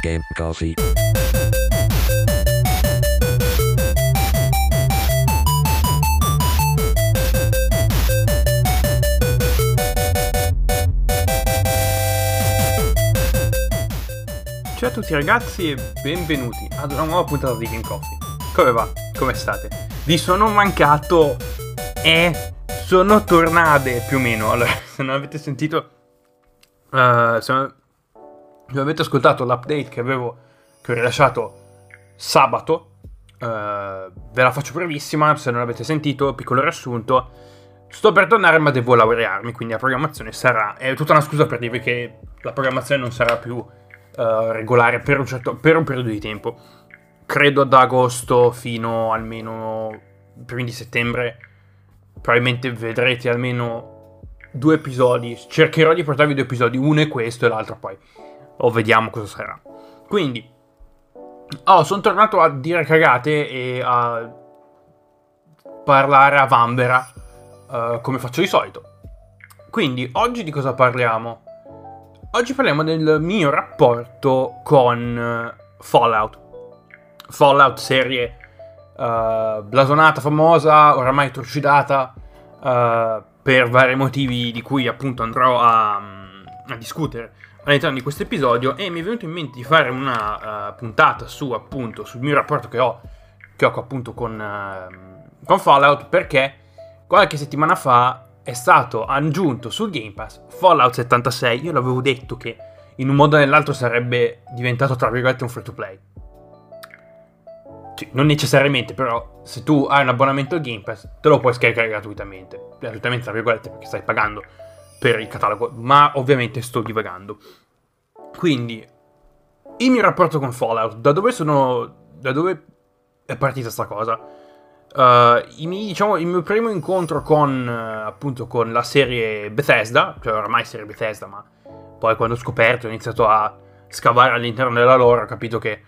Game Coffee. Ciao a tutti ragazzi e benvenuti ad una nuova puntata di Game Coffee. Come va? Come state? Vi sono mancato e sono tornate più o meno. Allora, se non avete sentito, se non avete ascoltato l'update che ho rilasciato sabato, ve la faccio brevissima. Se non l'avete sentito, piccolo riassunto: sto per tornare ma devo laurearmi, quindi la programmazione è tutta una scusa per dirvi che la programmazione non sarà più regolare per un periodo di tempo. Credo ad agosto fino almeno primi di settembre. Probabilmente vedrete almeno 2 episodi. Cercherò di portarvi 2 episodi, uno è questo e l'altro poi vediamo cosa sarà. Quindi sono tornato a dire cagate e a parlare a vanvera, come faccio di solito. Quindi oggi di cosa parliamo? Oggi parliamo del mio rapporto con Fallout. Fallout, serie blasonata, famosa, oramai trucidata, per vari motivi di cui appunto andrò a discutere all'interno di questo episodio. E mi è venuto in mente di fare una puntata sul mio rapporto che ho appunto con Fallout, perché qualche settimana fa è stato aggiunto sul Game Pass Fallout 76. Io l'avevo detto che in un modo o nell'altro sarebbe diventato tra virgolette un free to play. Sì, non necessariamente, però se tu hai un abbonamento al Game Pass te lo puoi scaricare gratuitamente tra virgolette, perché stai pagando per il catalogo, ma ovviamente sto divagando. Quindi il mio rapporto con Fallout, da dove è partita sta cosa? Il mio primo incontro con la serie Bethesda, cioè oramai serie Bethesda, ma poi quando ho scoperto, ho iniziato a scavare all'interno della lore, ho capito che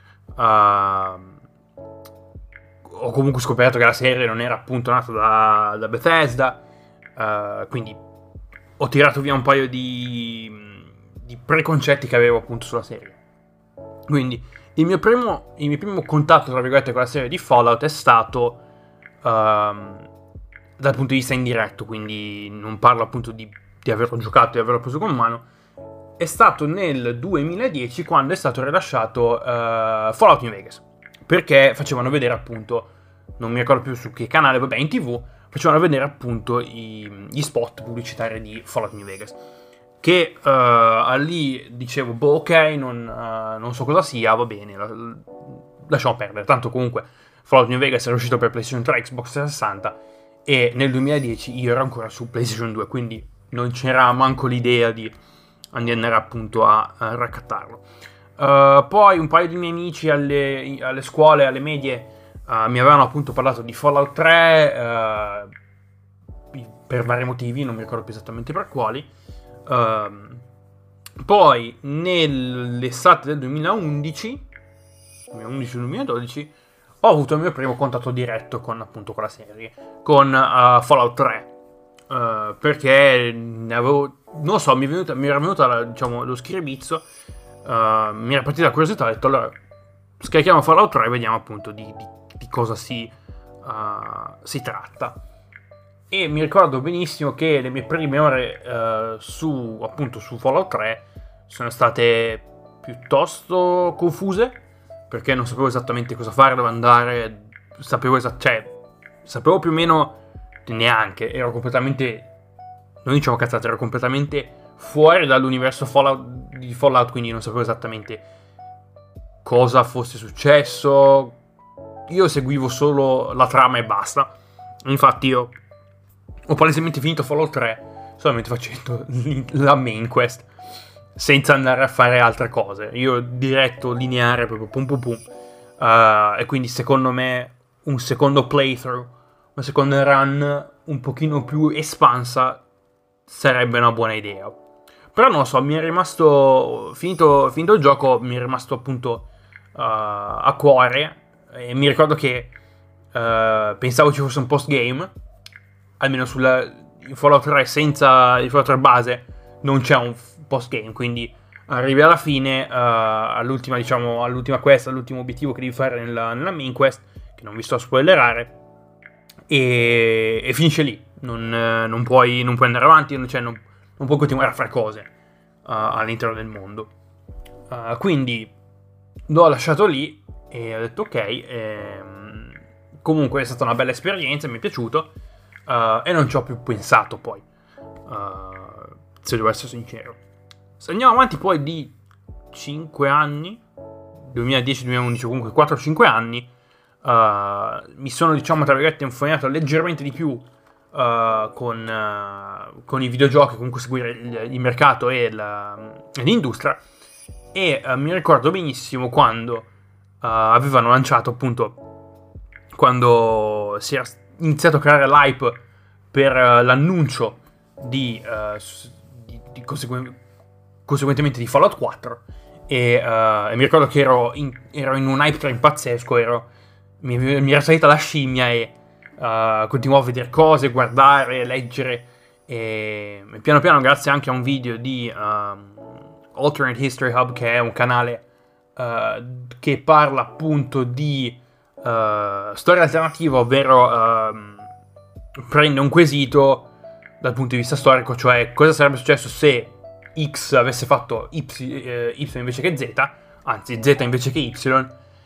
ho comunque scoperto che la serie non era appunto nata da Bethesda, quindi ho tirato via un paio di preconcetti che avevo appunto sulla serie. Quindi il mio primo contatto tra virgolette con la serie di Fallout è stato dal punto di vista indiretto, quindi non parlo appunto di averlo giocato, di averlo preso con mano. È stato nel 2010 quando è stato rilasciato Fallout New Vegas, perché facevano vedere appunto, non mi ricordo più su che canale, vabbè, in TV facevano vedere appunto gli spot pubblicitari di Fallout New Vegas, che lì dicevo, ok, non so cosa sia, va bene, lasciamo perdere, tanto comunque Fallout New Vegas era uscito per PlayStation 3, Xbox 360, e nel 2010 io ero ancora su PlayStation 2, quindi non c'era manco l'idea di andare appunto a raccattarlo. Poi un paio di miei amici alle scuole, alle medie, mi avevano appunto parlato di Fallout 3 per vari motivi, non mi ricordo più esattamente per quali. Poi nell'estate del 2011-2012 ho avuto il mio primo contatto diretto con la serie, con Fallout 3, perché ne avevo, non so, mi era venuta lo schiribizzo, mi era partita la curiosità, ho detto allora scarichiamo Fallout 3 e vediamo appunto di cosa si tratta. E mi ricordo benissimo che le mie prime ore su Fallout 3 sono state piuttosto confuse, perché non sapevo esattamente cosa fare, dove andare, sapevo più o meno, neanche, ero completamente, non diciamo cazzate, ero completamente fuori dall'universo di Fallout, quindi non sapevo esattamente cosa fosse successo. Io seguivo solo la trama e basta. Infatti io ho palesemente finito Fallout 3 solamente facendo la main quest, senza andare a fare altre cose. Io diretto, lineare, proprio pum pum pum. E quindi secondo me un secondo playthrough, una seconda run un pochino più espansa sarebbe una buona idea. Però non lo so, mi è rimasto, finito il gioco, mi è rimasto appunto a cuore. E mi ricordo che pensavo ci fosse un post-game, almeno in Fallout 3 senza il Fallout 3 base non c'è un post-game, quindi arrivi alla fine, all'ultima, diciamo, all'ultima quest, all'ultimo obiettivo che devi fare nella main quest, che non vi sto a spoilerare, e finisce lì. Non puoi andare avanti, cioè non puoi continuare a fare cose all'interno del mondo. Quindi l'ho lasciato lì e ho detto ok, comunque è stata una bella esperienza, mi è piaciuto, e non ci ho più pensato poi, se devo essere sincero. Se andiamo avanti poi di 5 anni, 2010-2011, comunque 4-5 anni, mi sono, diciamo, tra virgolette, infognato leggermente di più con i videogiochi, comunque seguire il mercato e l'industria, e mi ricordo benissimo quando avevano lanciato, appunto, quando si era iniziato a creare l'hype per l'annuncio di conseguentemente di Fallout 4, e mi ricordo che ero in un hype train pazzesco, mi era salita la scimmia e continuavo a vedere cose, guardare, leggere, e piano piano, grazie anche a un video di Alternate History Hub, che è un canale che parla appunto di storia alternativa, ovvero prende un quesito dal punto di vista storico, cioè cosa sarebbe successo se X avesse fatto Y invece che Z, anzi Z invece che Y,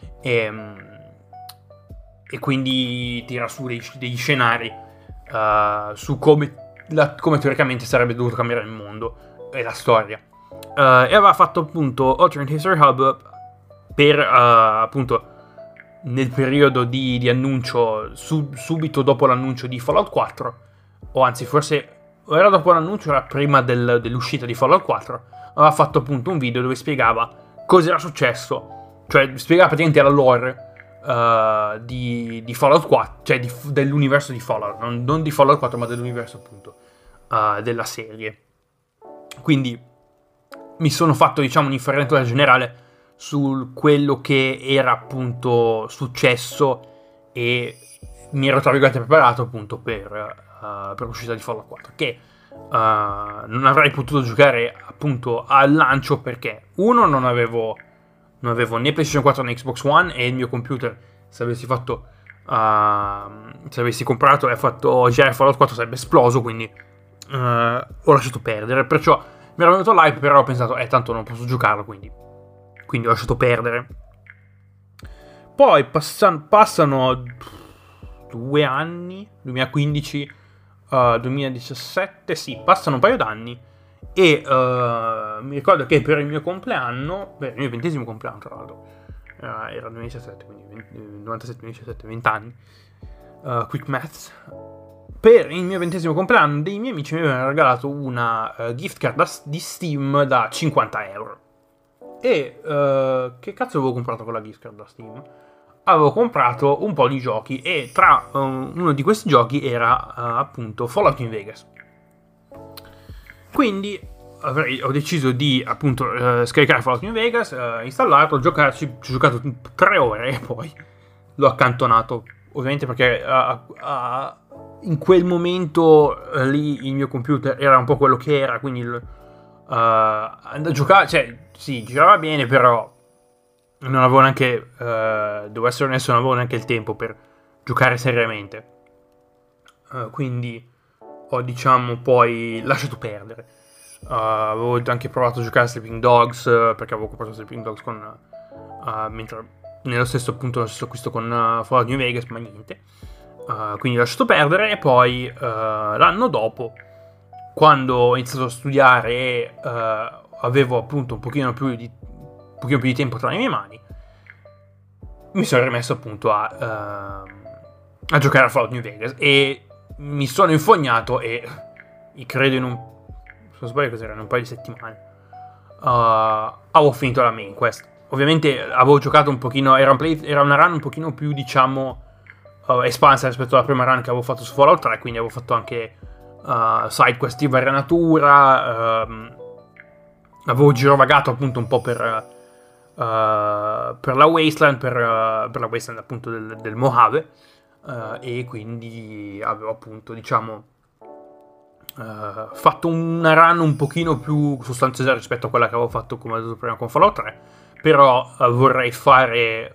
e quindi tira su degli scenari su come teoricamente sarebbe dovuto cambiare il mondo e la storia. E aveva fatto appunto Alternate History Hub per appunto nel periodo di annuncio, subito dopo l'annuncio di Fallout 4, o anzi forse era dopo l'annuncio, era prima dell'uscita di Fallout 4, aveva fatto appunto un video dove spiegava cosa era successo, cioè spiegava praticamente la lore di Fallout 4, cioè dell'universo di Fallout, non di Fallout 4 ma dell'universo appunto della serie. Quindi mi sono fatto, diciamo, un'infarinatura generale su quello che era appunto successo, e mi ero, tra virgolette, preparato appunto per l'uscita di Fallout 4, che non avrei potuto giocare appunto al lancio perché uno non avevo né PlayStation 4 né Xbox One, e il mio computer, se avessi comprato e fatto girare Fallout 4, sarebbe esploso, quindi ho lasciato perdere. Perciò mi era venuto l'hype, però ho pensato tanto non posso giocarlo, quindi ho lasciato perdere. Poi passano 2 anni, 2015, 2017, sì, passano un paio d'anni, e mi ricordo che per il mio compleanno, per il mio 20° compleanno tra l'altro, era il 2017, quindi 97-2017, 20 anni, quick maths. Per il mio 20° compleanno dei miei amici mi avevano regalato una gift card di Steam da 50 euro. E che cazzo avevo comprato con la gift card da Steam? Avevo comprato un po' di giochi, e tra uno di questi giochi era appunto Fallout New Vegas. Quindi ho deciso di appunto scaricare Fallout New Vegas, installarlo, giocarci. Ci ho giocato 3 ore e poi l'ho accantonato, ovviamente perché in quel momento lì il mio computer era un po' quello che era, quindi giocare, cioè sì, girava bene, però non avevo neanche, devo essere onesto, non avevo neanche il tempo per giocare seriamente, quindi ho, diciamo, poi lasciato perdere. Avevo anche provato a giocare a Sleeping Dogs, perché avevo comprato Sleeping Dogs mentre nello stesso acquisto con Fallout New Vegas, ma niente. Quindi ho lasciato perdere, e poi l'anno dopo, quando ho iniziato a studiare e avevo appunto un pochino più di tempo tra le mie mani, mi sono rimesso appunto a giocare a Fallout New Vegas, e mi sono infognato, e credo se non sbaglio cos'era, in un paio di settimane avevo finito la main quest. Ovviamente avevo giocato un pochino, era una run un pochino più, diciamo, espansa rispetto alla prima run che avevo fatto su Fallout 3, quindi avevo fatto anche side quest di varia natura, avevo girovagato appunto un po' per la Wasteland, per la Wasteland appunto del Mojave, e quindi avevo appunto, diciamo, fatto una run un pochino più sostanziosa rispetto a quella che avevo fatto, come ho detto prima, con Fallout 3, però vorrei fare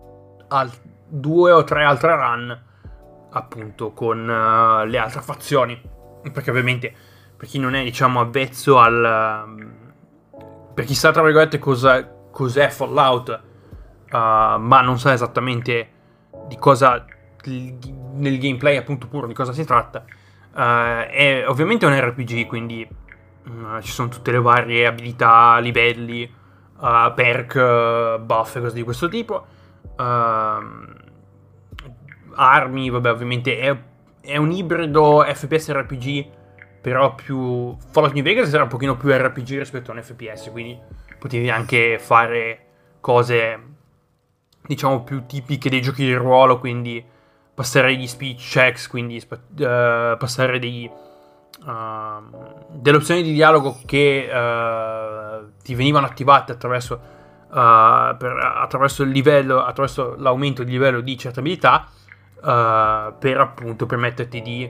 2 o 3 altre run appunto con le altre fazioni, perché ovviamente per chi non è, diciamo, avvezzo per chi sa tra virgolette cos'è Fallout, ma non sa esattamente di cosa nel gameplay appunto puro di cosa si tratta, è ovviamente un RPG, quindi ci sono tutte le varie abilità, livelli, perk, buff e cose di questo tipo, armi, vabbè, ovviamente è un ibrido FPS RPG, però più Fallout New Vegas era un pochino più RPG rispetto a un FPS, quindi potevi anche fare cose, diciamo, più tipiche dei giochi di ruolo, quindi passare gli speech checks, quindi passare delle opzioni di dialogo che ti venivano attivate attraverso il livello, attraverso l'aumento di livello di certe abilità, per appunto permetterti di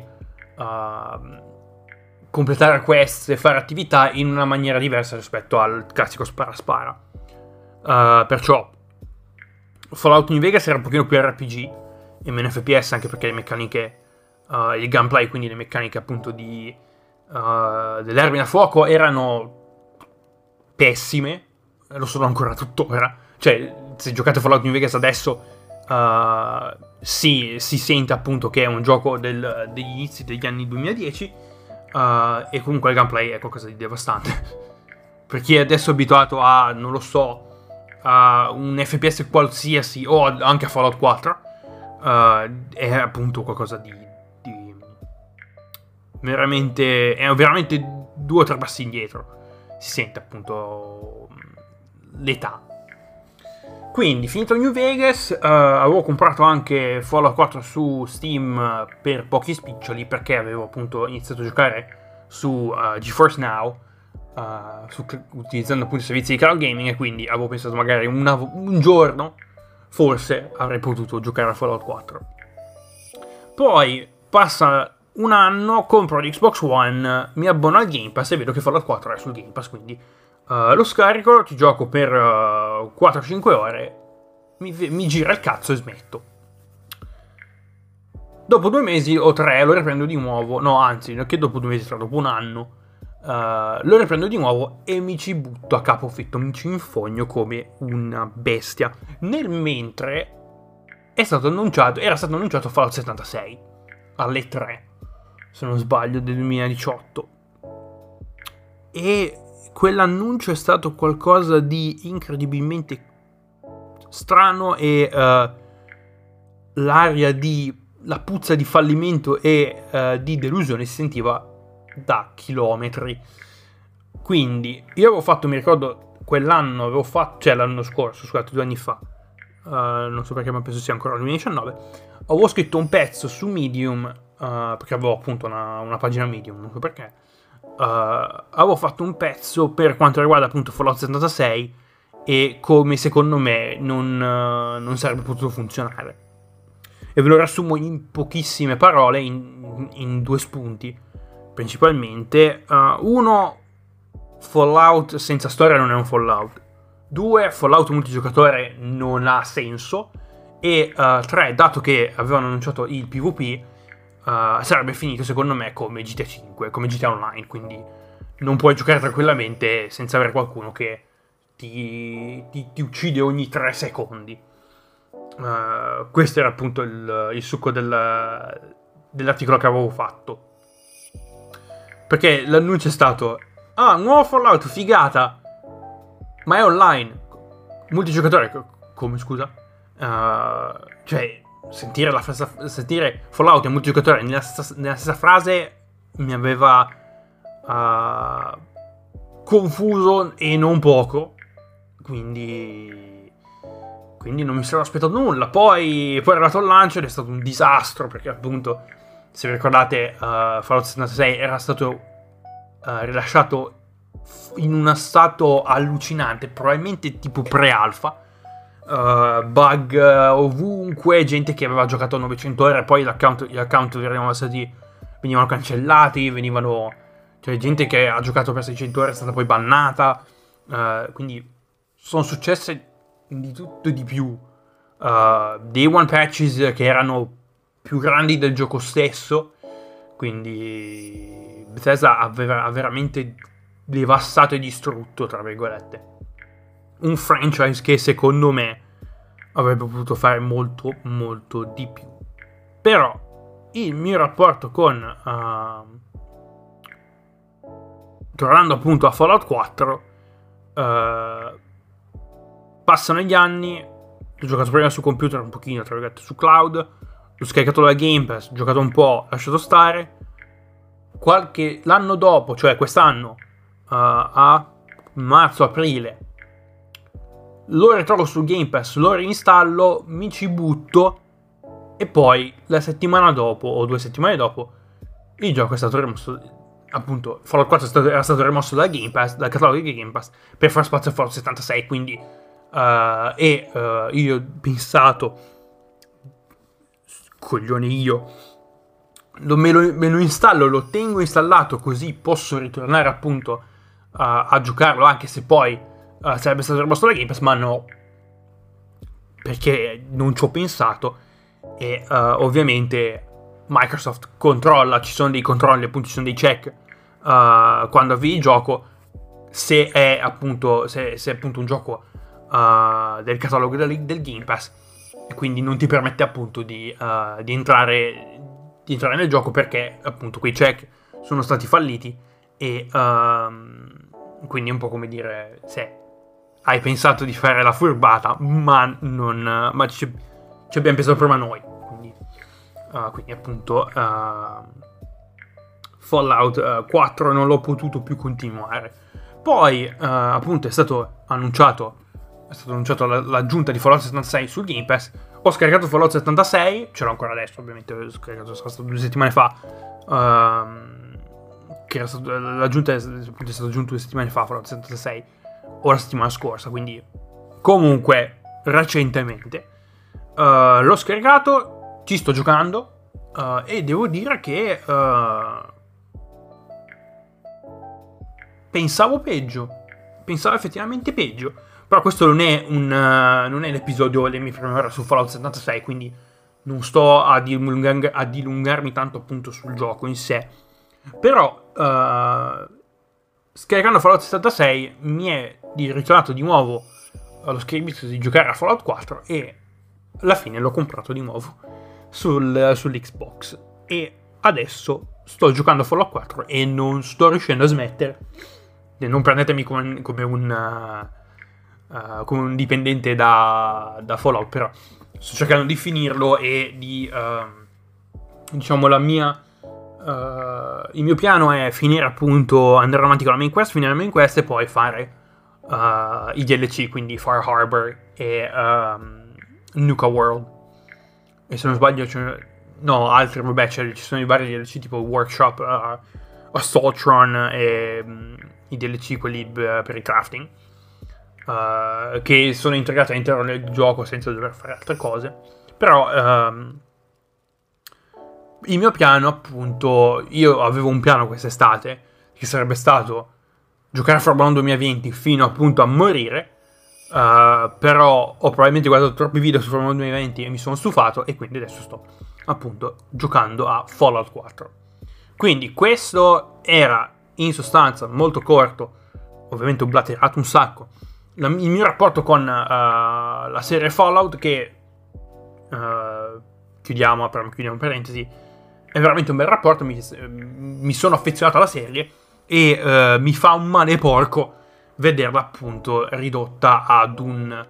completare quest e fare attività in una maniera diversa rispetto al classico spara. Perciò Fallout New Vegas era un pochino più RPG e meno FPS, anche perché le meccaniche, il gunplay, quindi le meccaniche appunto delle armi da fuoco erano pessime, lo sono ancora tuttora. Cioè, se giocate Fallout New Vegas adesso, si sente appunto che è un gioco degli inizi degli anni 2010, e comunque il gameplay è qualcosa di devastante. Per chi è adesso abituato a, non lo so, a un FPS qualsiasi, o anche a Fallout 4, è appunto qualcosa di veramente, è veramente 2 o 3 passi indietro. Si sente appunto l'età. Quindi, finito New Vegas, avevo comprato anche Fallout 4 su Steam per pochi spiccioli, perché avevo appunto iniziato a giocare su GeForce Now, utilizzando appunto i servizi di cloud gaming, e quindi avevo pensato magari un giorno forse avrei potuto giocare a Fallout 4. Poi passa un anno, compro l'Xbox One, mi abbono al Game Pass e vedo che Fallout 4 è sul Game Pass, quindi lo scarico, ci gioco per 4-5 ore, mi gira il cazzo e smetto. Dopo 2 mesi o 3 lo riprendo di nuovo, no, anzi, non che dopo 2 mesi, dopo un anno, lo riprendo di nuovo e mi ci butto a capofitto, mi ci infogno come una bestia. Nel mentre era stato annunciato Fallout 76 alle 3, se non sbaglio, del 2018, e quell'annuncio è stato qualcosa di incredibilmente strano, e la puzza di fallimento e di delusione si sentiva da chilometri. Quindi io avevo fatto, mi ricordo, quell'anno cioè l'anno scorso, scusate, 2 anni fa, non so perché, ma penso sia ancora il 2019, avevo scritto un pezzo su Medium, perché avevo appunto una pagina Medium, non so perché, avevo fatto un pezzo per quanto riguarda appunto Fallout 76 e come secondo me non sarebbe potuto funzionare, e ve lo riassumo in pochissime parole, in 2 spunti principalmente. 1, Fallout senza storia non è un Fallout. 2, Fallout multigiocatore non ha senso. E 3, dato che avevano annunciato il PvP, sarebbe finito secondo me come GTA 5, come GTA Online, quindi non puoi giocare tranquillamente senza avere qualcuno che ti uccide ogni 3 secondi. Questo era appunto il succo dell'articolo che avevo fatto, perché l'annuncio è stato: nuovo Fallout, figata, ma è online, multigiocatore. Come, scusa? Cioè, sentire Fallout e multigiocatore nella stessa frase mi aveva confuso, e non poco, quindi non mi sarò aspettato nulla. Poi è arrivato il lancio ed è stato un disastro, perché appunto, se vi ricordate, Fallout 76 era stato rilasciato in uno stato allucinante, probabilmente tipo pre-alpha, bug ovunque, gente che aveva giocato 900 ore e poi gli account venivano stati venivano cancellati, cioè gente che ha giocato per 600 ore è stata poi bannata, quindi sono successe di tutto e di più. Day one patches che erano più grandi del gioco stesso, quindi Bethesda ha veramente devastato e distrutto, tra virgolette, un franchise che secondo me avrebbe potuto fare molto molto di più. Però il mio rapporto con tornando appunto a Fallout 4, passano gli anni, ho giocato prima su computer, un pochino tra virgolette su cloud, l'ho scaricato dalla Game Pass, ho giocato un po', lasciato stare. L'anno dopo, cioè quest'anno, a marzo-aprile, lo ritrovo su Game Pass, lo reinstallo, mi ci butto, e poi la settimana dopo o 2 settimane dopo il gioco è stato rimosso. Appunto, Fallout 4 era stato rimosso dal Game Pass, dal catalogo di Game Pass, per far spazio a Fallout 76. Quindi io ho pensato, coglione io, me lo installo, lo tengo installato, così posso ritornare appunto a giocarlo, anche se poi sarebbe stato rimosso dal Game Pass, ma no, perché non ci ho pensato. E ovviamente Microsoft controlla, ci sono dei controlli, appunto ci sono dei check quando avvii il gioco, se è appunto un gioco del catalogo del Game Pass, e quindi non ti permette appunto di entrare nel gioco, perché appunto quei check sono stati falliti. E quindi è un po' come dire, se hai pensato di fare la furbata, ma ci abbiamo pensato prima noi, quindi appunto Fallout 4 non l'ho potuto più continuare. Poi appunto è stato annunciato l'aggiunta di Fallout 76 sul Game Pass. Ho scaricato Fallout 76, ce l'ho ancora adesso, ovviamente l'ho scaricato, è stato 2 settimane fa, che era l'aggiunta è stato aggiunto 2 settimane fa, Fallout 76, o la settimana scorsa, quindi comunque recentemente. L'ho scaricato, ci sto giocando, e devo dire che pensavo effettivamente peggio. Però questo non è l'episodio delle mie prime ore su Fallout 76, quindi non sto a dilungarmi tanto appunto sul gioco in sé. Però scaricando Fallout 76 mi è ritornato di nuovo lo script di giocare a Fallout 4, e alla fine l'ho comprato di nuovo sull'Xbox, e adesso sto giocando a Fallout 4 e non sto riuscendo a smettere. Non prendetemi come un dipendente da Fallout, però sto cercando di finirlo, e di diciamo il mio piano è finire, appunto, andare avanti con finire la main quest e poi fare i DLC, quindi Far Harbor e Nuka World, e se non sbaglio altri, vabbè, ci sono i vari DLC tipo Workshop, Assaultron e i DLC quelli per il crafting, che sono integrati all'interno del gioco senza dover fare altre cose. Però il mio piano, appunto, io avevo un piano quest'estate che sarebbe stato giocare a Formula 1 2020 fino appunto a morire, però ho probabilmente guardato troppi video su Formula 1 2020 e mi sono stufato, e quindi adesso sto appunto giocando a Fallout 4. Quindi questo era in sostanza molto corto, ovviamente ho blaterato un sacco, il mio rapporto con la serie Fallout, che chiudiamo parentesi, è veramente un bel rapporto. Mi sono affezionato alla serie, e mi fa un male porco vederla appunto ridotta ad un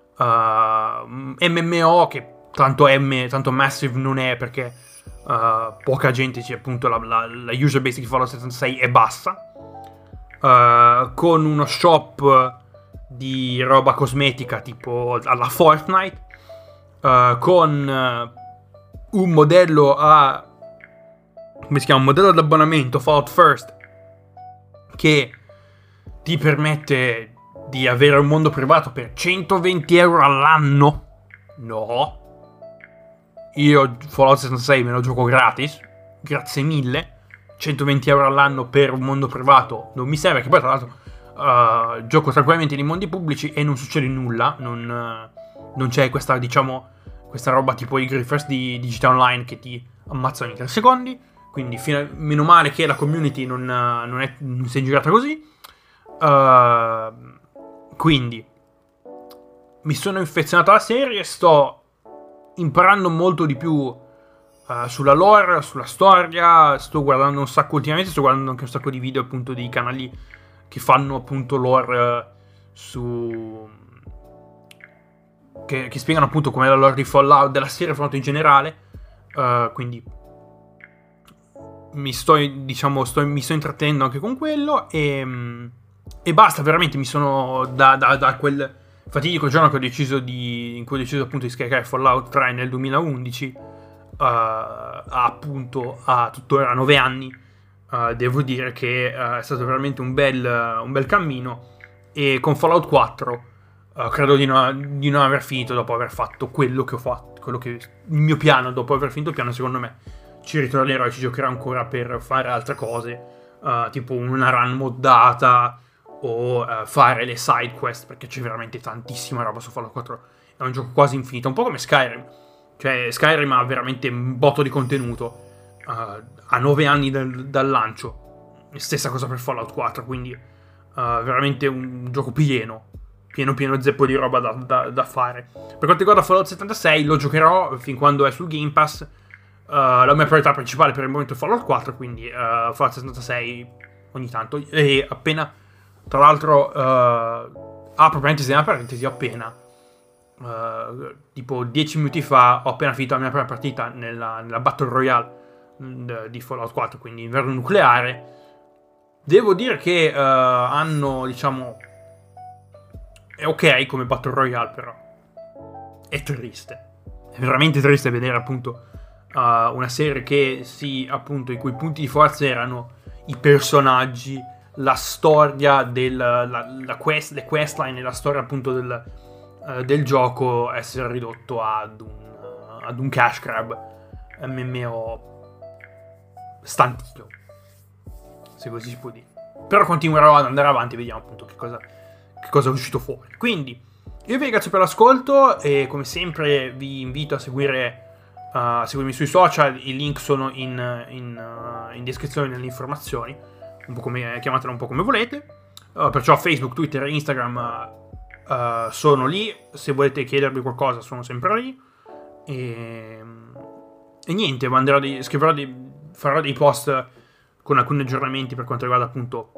MMO che tanto massive non è, perché poca gente c'è, appunto la user base di Fallout 76 è bassa, con uno shop di roba cosmetica tipo alla Fortnite, con un modello un modello ad abbonamento Fallout First, che ti permette di avere un mondo privato per 120 euro all'anno. No, io Fallout 76 me lo gioco gratis, grazie mille. 120 euro all'anno per un mondo privato non mi serve, che poi tra l'altro gioco tranquillamente nei mondi pubblici e non succede nulla, non c'è questa, diciamo, questa roba tipo i Griffers di Digital Online che ti ammazzano in 3 secondi, quindi meno male che la community non si è girata così. Quindi mi sono infezionato alla serie, sto imparando molto di più sulla lore, sulla storia, sto guardando un sacco ultimamente, sto guardando anche un sacco di video appunto di canali che fanno appunto lore che spiegano appunto com'è la lore di Fallout, della serie Fallout in generale, quindi mi sto intrattenendo anche con quello e basta, veramente mi sono da quel fatidico giorno in cui ho deciso appunto di scaricare Fallout 3 nel 2011 appunto a tuttora 9 anni, devo dire che è stato veramente un bel cammino, e con Fallout 4 credo di non aver finito dopo aver fatto quello che ho fatto, quello che il mio piano, dopo aver finito il piano. Secondo me ci ritornerò e ci giocherò ancora per fare altre cose, tipo una run moddata o fare le side quest, perché c'è veramente tantissima roba su Fallout 4. È un gioco quasi infinito, un po' come Skyrim. Cioè Skyrim ha veramente un botto di contenuto a 9 anni dal lancio. Stessa cosa per Fallout 4, quindi veramente un gioco pieno zeppo di roba da fare. Per quanto riguarda Fallout 76, lo giocherò fin quando è sul Game Pass. La mia priorità principale per il momento è Fallout 4, quindi Fallout 76 ogni tanto. E appena, tra l'altro, apro parentesi, appena tipo 10 minuti fa ho appena finito la mia prima partita nella Battle Royale di Fallout 4, quindi inverno nucleare. Devo dire che hanno, diciamo, è ok come Battle Royale, però è triste, è veramente triste vedere appunto una serie che appunto i cui punti di forza erano i personaggi, la storia le questline e la storia appunto del gioco, essere ridotto ad un cash grab MMO stantino, se così si può dire. Però continuerò ad andare avanti e vediamo appunto che cosa è uscito fuori. Quindi io vi ringrazio per l'ascolto e come sempre vi invito a seguirmi sui social. I link sono in descrizione nelle informazioni, chiamatela un po' come volete. Perciò Facebook, Twitter e Instagram sono lì. Se volete chiedermi qualcosa sono sempre lì. E niente, farò dei post con alcuni aggiornamenti per quanto riguarda appunto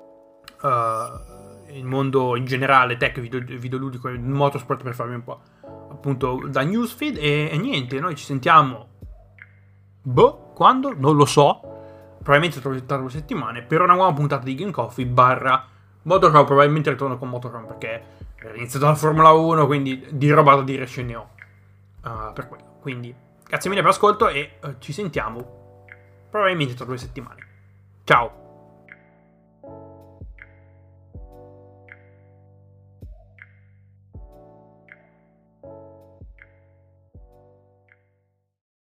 il mondo in generale, tech, videoludico e motorsport, per farvi un po' appunto da newsfeed. E niente, noi ci sentiamo quando? Non lo so, probabilmente tra 2 settimane per una nuova puntata di Game Coffee / Motorhome. Probabilmente ritorno con Motorhome perché è iniziato la Formula 1, quindi di roba da dire ce ne ho per quello. Quindi grazie mille per l'ascolto e ci sentiamo probabilmente tra 2 settimane. Ciao!